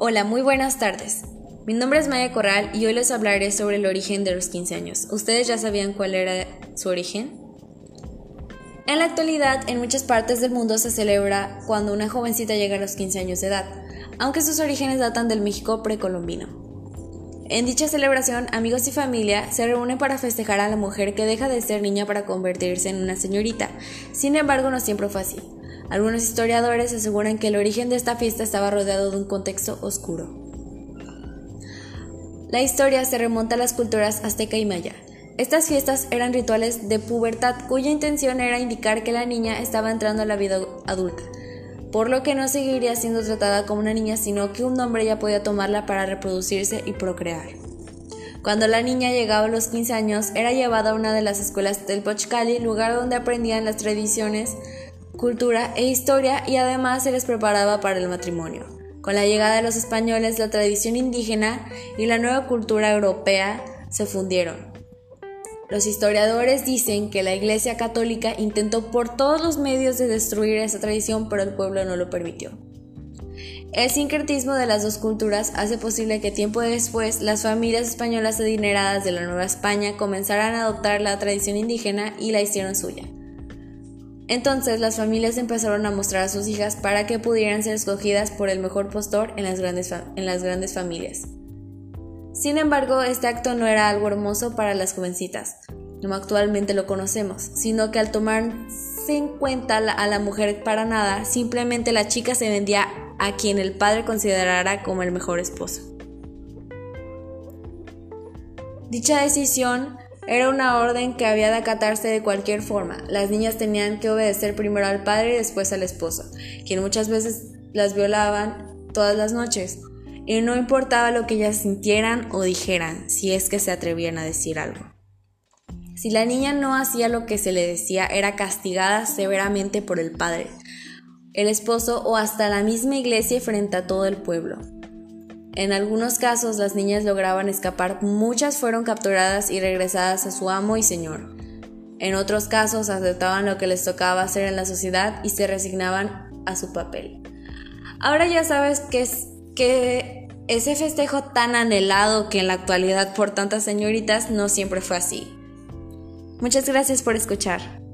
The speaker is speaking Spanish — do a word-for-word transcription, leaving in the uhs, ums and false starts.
Hola, muy buenas tardes. Mi nombre es Maya Corral y hoy les hablaré sobre el origen de los quince años. ¿Ustedes ya sabían cuál era su origen? En la actualidad, en muchas partes del mundo se celebra cuando una jovencita llega a los quince años de edad, aunque sus orígenes datan del México precolombino. En dicha celebración, amigos y familia se reúnen para festejar a la mujer que deja de ser niña para convertirse en una señorita. Sin embargo, no siempre fue así. Algunos historiadores aseguran que el origen de esta fiesta estaba rodeado de un contexto oscuro. La historia se remonta a las culturas azteca y maya. Estas fiestas eran rituales de pubertad cuya intención era indicar que la niña estaba entrando a la vida adulta, por lo que no seguiría siendo tratada como una niña, sino que un hombre ya podía tomarla para reproducirse y procrear. Cuando la niña llegaba a los quince años, era llevada a una de las escuelas del Pochcali, lugar donde aprendían las tradiciones, cultura e historia, y además se les preparaba para el matrimonio. Con la llegada de los españoles, la tradición indígena y la nueva cultura europea se fundieron. Los historiadores dicen que la Iglesia Católica intentó por todos los medios de destruir esa tradición, pero el pueblo no lo permitió. El sincretismo de las dos culturas hace posible que tiempo después las familias españolas adineradas de la Nueva España comenzaran a adoptar la tradición indígena y la hicieron suya. Entonces las familias empezaron a mostrar a sus hijas para que pudieran ser escogidas por el mejor postor en las grandes, en las grandes familias. Sin embargo, este acto no era algo hermoso para las jovencitas, como actualmente lo conocemos, sino que al tomarse en cuenta a la mujer para nada, simplemente la chica se vendía a quien el padre considerara como el mejor esposo. Dicha decisión era una orden que había de acatarse de cualquier forma. Las niñas tenían que obedecer primero al padre y después al esposo, quien muchas veces las violaban todas las noches, y no importaba lo que ellas sintieran o dijeran, si es que se atrevían a decir algo. Si la niña no hacía lo que se le decía, era castigada severamente por el padre, el esposo o hasta la misma iglesia frente a todo el pueblo. En algunos casos las niñas lograban escapar, muchas fueron capturadas y regresadas a su amo y señor. En otros casos aceptaban lo que les tocaba hacer en la sociedad y se resignaban a su papel. Ahora ya sabes que, es, que ese festejo tan anhelado que en la actualidad por tantas señoritas no siempre fue así. Muchas gracias por escuchar.